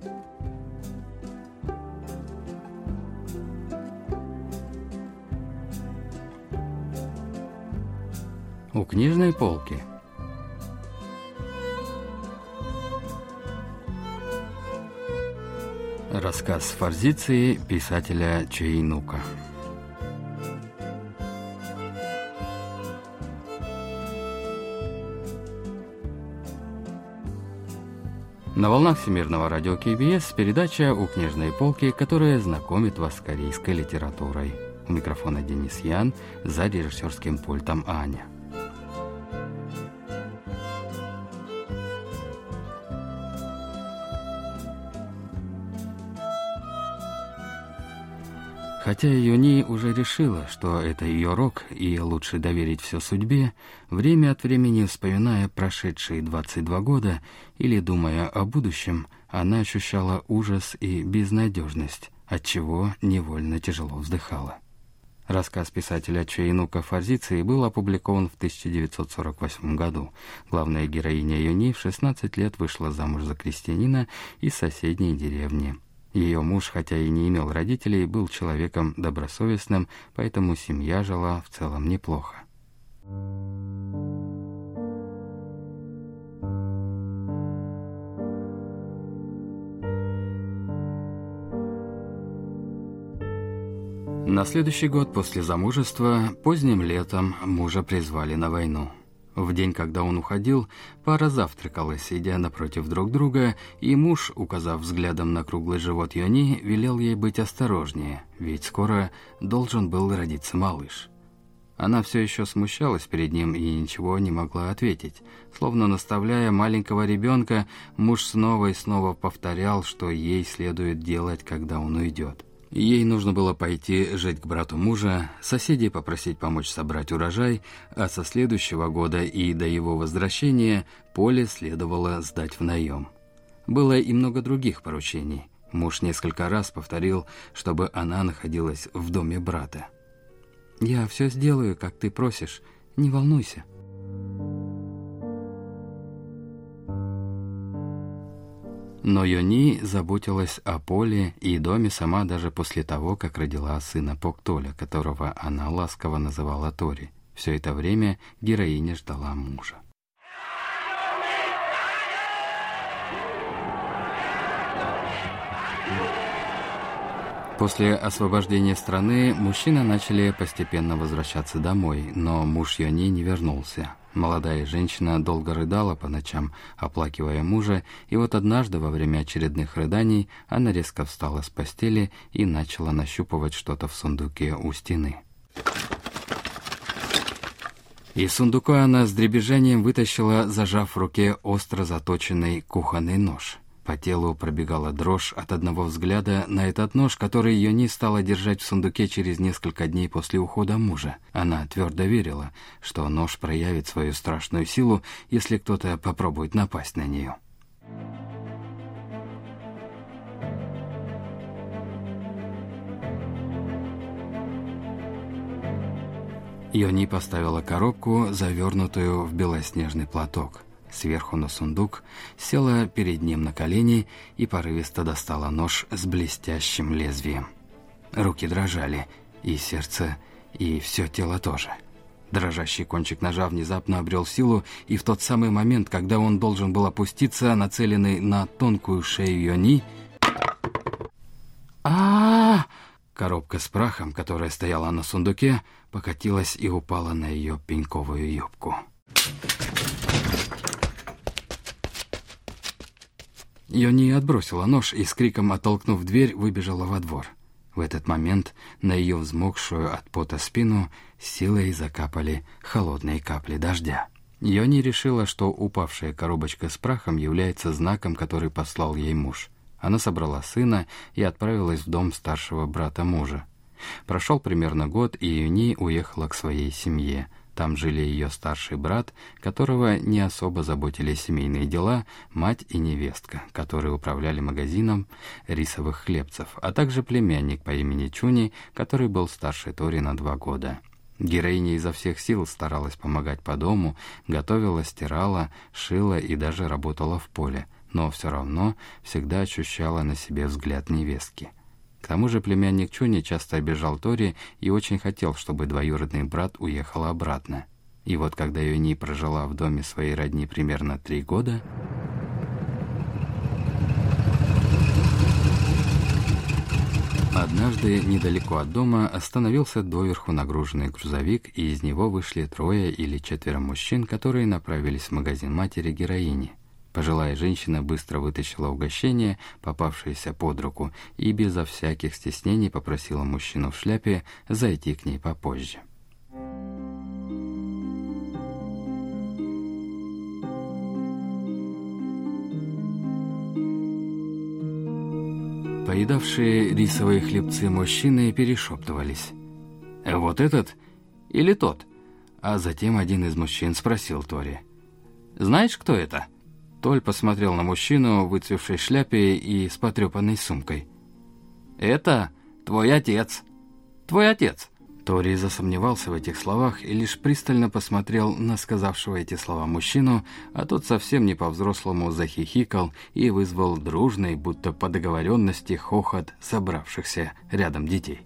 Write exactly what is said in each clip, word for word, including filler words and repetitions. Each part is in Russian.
У книжной полки. Рассказ Форзиции писателя Чоинука. На волнах Всемирного радио Кей Би Эс передача «У книжной полки», которая знакомит вас с корейской литературой. У микрофона Денис Ян, за режиссерским пультом Аня. Хотя Юни уже решила, что это ее рок и лучше доверить все судьбе, время от времени вспоминая прошедшие двадцать два года или думая о будущем, она ощущала ужас и безнадежность, отчего невольно тяжело вздыхала. Рассказ писателя Чоинука Форзиции был опубликован в тысяча девятьсот сорок восьмом году. Главная героиня Юни в шестнадцать лет вышла замуж за крестьянина из соседней деревни. Ее муж, хотя и не имел родителей, был человеком добросовестным, поэтому семья жила в целом неплохо. На следующий год после замужества, поздним летом, мужа призвали на войну. В день, когда он уходил, пара завтракала, сидя напротив друг друга, и муж, указав взглядом на круглый живот Юни, велел ей быть осторожнее, ведь скоро должен был родиться малыш. Она все еще смущалась перед ним и ничего не могла ответить. Словно наставляя маленького ребенка, муж снова и снова повторял, что ей следует делать, когда он уйдет. Ей нужно было пойти жить к брату мужа, соседей попросить помочь собрать урожай, а со следующего года и до его возвращения поле следовало сдать в наем. Было и много других поручений. Муж несколько раз повторил, чтобы она находилась в доме брата. «Я все сделаю, как ты просишь, не волнуйся». Но Юни заботилась о поле и доме сама даже после того, как родила сына Поктоля, которого она ласково называла Тори. Все это время героиня ждала мужа. После освобождения страны мужчины начали постепенно возвращаться домой, но муж Юни не вернулся. Молодая женщина долго рыдала по ночам, оплакивая мужа, и вот однажды во время очередных рыданий она резко встала с постели и начала нащупывать что-то в сундуке у стены. Из сундука она с дребезжанием вытащила, зажав в руке остро заточенный кухонный нож. По телу пробегала дрожь от одного взгляда на этот нож, который Юни стала держать в сундуке через несколько дней после ухода мужа. Она твердо верила, что нож проявит свою страшную силу, если кто-то попробует напасть на нее. Юни поставила коробку, завернутую в белоснежный платок. Сверху на сундук, села перед ним на колени и порывисто достала нож с блестящим лезвием. Руки дрожали, и сердце, и все тело тоже. Дрожащий кончик ножа внезапно обрел силу, и в тот самый момент, когда он должен был опуститься, нацеленный на тонкую шею Юни, а коробка с прахом, которая стояла на сундуке, покатилась и упала на ее пеньковую юбку. Юни отбросила нож и с криком, оттолкнув дверь, выбежала во двор. В этот момент на ее взмокшую от пота спину силой закапали холодные капли дождя. Юни решила, что упавшая коробочка с прахом является знаком, который послал ей муж. Она собрала сына и отправилась в дом старшего брата мужа. Прошел примерно год, и Юни уехала к своей семье. Там жили ее старший брат, которого не особо заботили семейные дела, мать и невестка, которые управляли магазином рисовых хлебцев, а также племянник по имени Чуни, который был старше Тори на два года. Героиня изо всех сил старалась помогать по дому, готовила, стирала, шила и даже работала в поле. но все равно всегда ощущала на себе взгляд невестки. К тому же племянник Чуни часто обижал Тори и очень хотел, чтобы двоюродный брат уехал обратно. И вот когда Йони прожила в доме своей родни примерно три года... Однажды недалеко от дома остановился доверху нагруженный грузовик, и из него вышли трое или четверо мужчин, которые направились в магазин матери-героини. Пожилая женщина быстро вытащила угощение, попавшееся под руку, и безо всяких стеснений попросила мужчину в шляпе зайти к ней попозже. Поедавшие рисовые хлебцы мужчины перешептывались. «Вот этот или тот?» А затем один из мужчин спросил Тори. «Знаешь, кто это?» Толь посмотрел на мужчину в выцвевшей шляпе и с потрепанной сумкой. «Это твой отец. Твой отец». Тори засомневался в этих словах и лишь пристально посмотрел на сказавшего эти слова мужчину, а тот совсем не по-взрослому захихикал и вызвал дружный, будто по договоренности, хохот собравшихся рядом детей.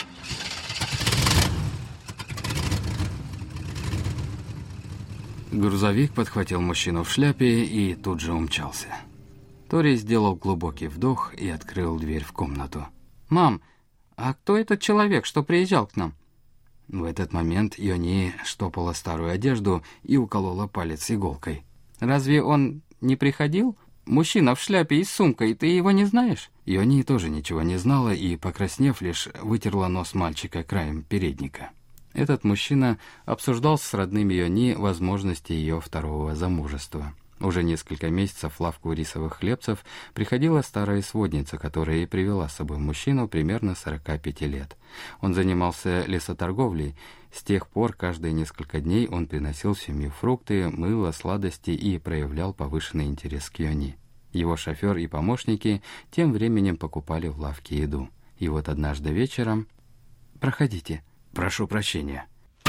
Грузовик подхватил мужчину в шляпе и тут же умчался. Тори сделал глубокий вдох и открыл дверь в комнату. «Мам, а кто этот человек, что приезжал к нам?» В этот момент Йони штопала старую одежду и уколола палец иголкой. «Разве он не приходил? Мужчина в шляпе и с сумкой, ты его не знаешь?» Йони тоже ничего не знала и, покраснев, лишь вытерла нос мальчика краем передника. Этот мужчина обсуждал с родными Йони возможности ее второго замужества. Уже несколько месяцев в лавку рисовых хлебцев приходила старая сводница, которая и привела с собой мужчину примерно сорока пяти лет. Он занимался лесоторговлей. С тех пор каждые несколько дней он приносил в семью фрукты, мыло, сладости и проявлял повышенный интерес к Йони. Его шофер и помощники тем временем покупали в лавке еду. И вот однажды вечером... «Проходите». «Прошу прощения».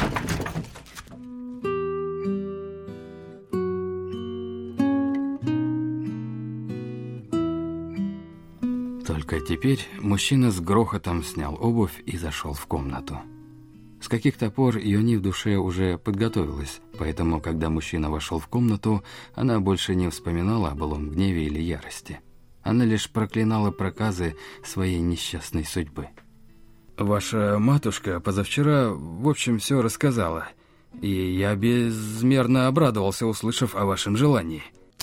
Только теперь мужчина с грохотом снял обувь и зашел в комнату. С каких-то пор Йони в душе уже подготовилась, поэтому, когда мужчина вошел в комнату, она больше не вспоминала о былом гневе или ярости. Она лишь проклинала проказы своей несчастной судьбы. «Ваша матушка позавчера, в общем, все рассказала, и я безмерно обрадовался, услышав о вашем желании.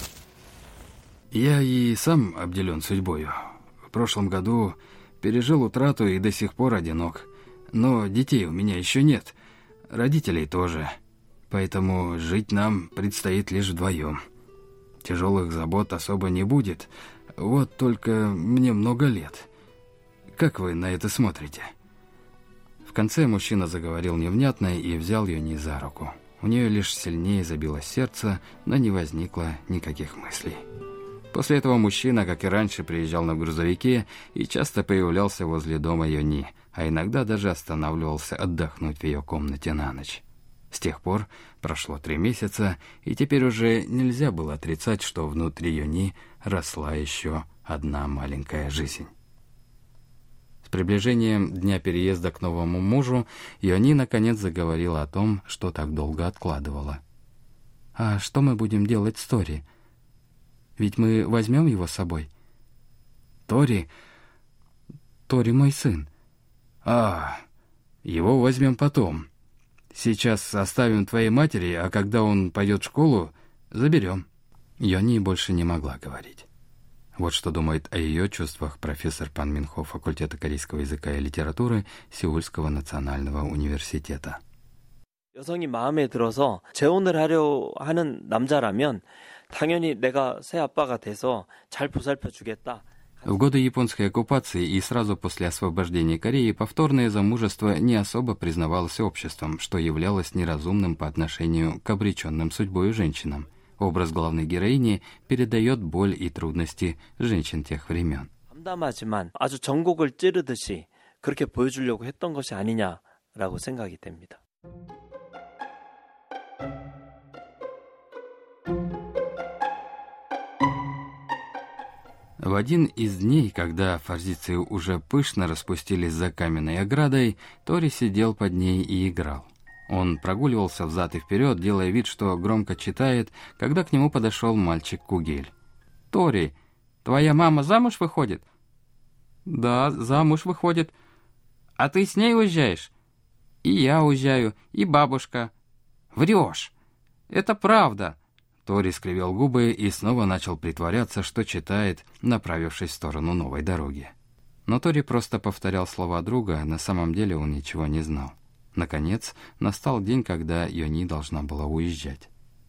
Я и сам обделен судьбою. В прошлом году пережил утрату и до сих пор одинок. Но детей у меня еще нет, родителей тоже. Поэтому жить нам предстоит лишь вдвоем. Тяжелых забот особо не будет, вот только мне много лет. Как вы на это смотрите?» В конце мужчина заговорил невнятно и взял Йони за руку. У нее лишь сильнее забилось сердце, но не возникло никаких мыслей. После этого мужчина, как и раньше, приезжал на грузовике и часто появлялся возле дома Йони, а иногда даже останавливался отдохнуть в ее комнате на ночь. С тех пор прошло три месяца, и теперь уже нельзя было отрицать, что внутри Йони росла еще одна маленькая жизнь. С приближением дня переезда к новому мужу Йони наконец заговорила о том, что так долго откладывала. «А что мы будем делать с Тори? Ведь мы возьмем его с собой?» «Тори? Тори мой сын». «А, его возьмем потом. Сейчас оставим твоей матери, а когда он пойдет в школу, заберем». Йони больше не могла говорить. Вот что думает о ее чувствах профессор Пан Минхо факультета корейского языка и литературы Сеульского национального университета. 여성이 마음에 들어서 재혼을 하려 하는 남자라면 당연히 내가 새 아빠가 돼서 잘 보살펴 주겠다. В годы японской оккупации и сразу после освобождения Кореи повторное замужество не особо признавалось обществом, что являлось неразумным по отношению к обреченным судьбой женщинам. Образ главной героини передает боль и трудности женщин тех времен. 담담하지만 아주 전곡을 찌르듯이 그렇게 보여주려고 했던 것이 아니냐라고 생각이 됩니다. В один из дней, когда форзиции уже пышно распустились за каменной оградой, Тори сидел под ней и играл. Он прогуливался взад и вперед, делая вид, что громко читает, когда к нему подошел мальчик Кугель. «Тори, твоя мама замуж выходит?» «Да, замуж выходит». «А ты с ней уезжаешь?» «И я уезжаю, и бабушка». «Врешь!» «Это правда!» Тори скривил губы и снова начал притворяться, что читает, направившись в сторону новой дороги. Но Тори просто повторял слова друга, на самом деле он ничего не знал. Наконец, настал день, когда Йони должна была уезжать.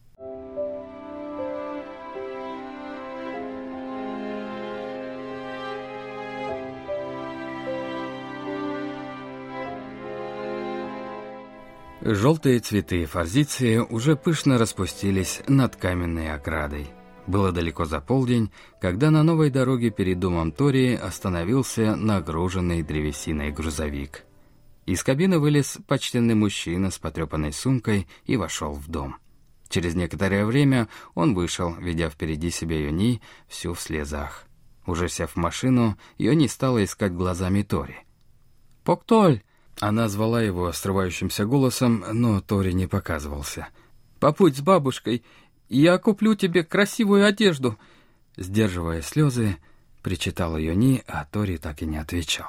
Желтые цветы форзиции уже пышно распустились над каменной оградой. Было далеко за полдень, когда на новой дороге перед домом Тори остановился нагруженный древесиной грузовик. Из кабины вылез почтенный мужчина с потрепанной сумкой и вошел в дом. Через некоторое время он вышел, ведя впереди себя Йони, всю в слезах. Уже сев в машину, Йони стала искать глазами Тори. «Поктоль!» Она звала его срывающимся голосом, но Тори не показывался. «Побудь с бабушкой, я куплю тебе красивую одежду!» Сдерживая слезы, причитала Йони, а Тори так и не отвечал.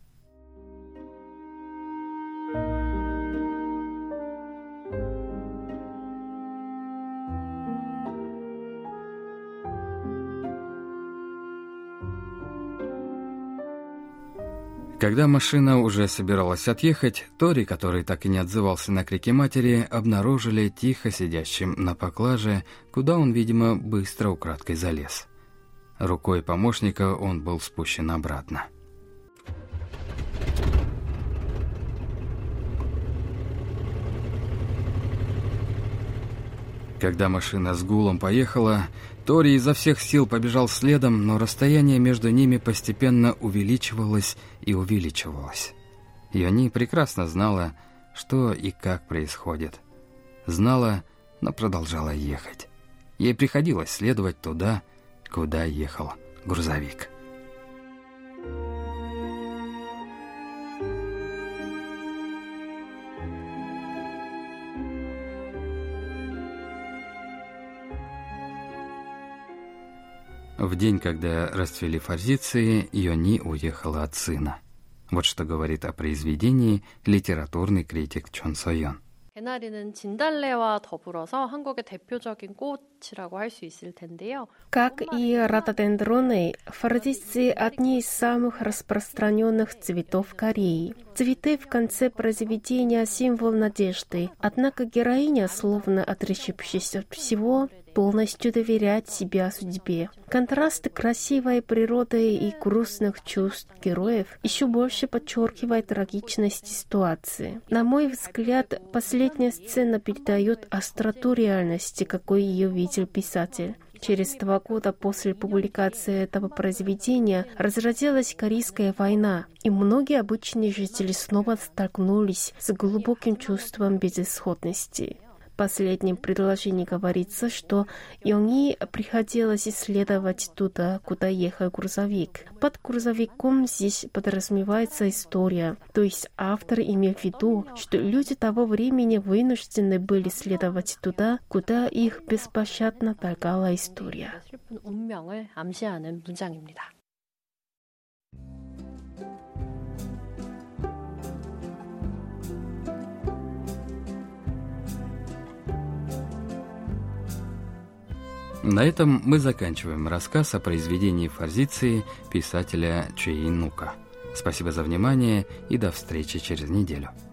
Когда машина уже собиралась отъехать, Тори, который так и не отзывался на крики матери, обнаружили тихо сидящим на поклаже, куда он, видимо, быстро украдкой залез. Рукой помощника он был спущен обратно. Когда машина с гулом поехала, Тори изо всех сил побежал следом, но расстояние между ними постепенно увеличивалось и увеличивалось. Йони прекрасно знала, что и как происходит. Знала, но продолжала ехать. Ей приходилось следовать туда, куда ехал грузовик. В день, когда расцвели форзиции, Йони уехала от сына. Вот что говорит о произведении литературный критик Чон Со-연. 개나리는 진달래와 더불어서 한국의 대표적인 꽃이라고 할 수 있을 텐데요. Как и рододендроны, форзиции одни из самых распространенных цветов Кореи. Цветы в конце произведения — символ надежды, однако героиня, словно отречившись от всего, полностью доверяет себя судьбе. Контраст красивой природы и грустных чувств героев еще больше подчеркивает трагичность ситуации. На мой взгляд, последняя сцена передает остроту реальности, какой ее видел писатель. Через два года после публикации этого произведения разразилась Корейская война, и многие обычные жители снова столкнулись с глубоким чувством безысходности. В последнем предложении говорится, что Йони приходилось исследовать туда, куда ехал грузовик. Под грузовиком здесь подразумевается история, то есть автор имел в виду, что люди того времени вынуждены были следовать туда, куда их беспощадно толкала история. 운명을 암시하는 문장입니다. На этом мы заканчиваем рассказ о произведении форзиции писателя Чои Нука. Спасибо за внимание и до встречи через неделю.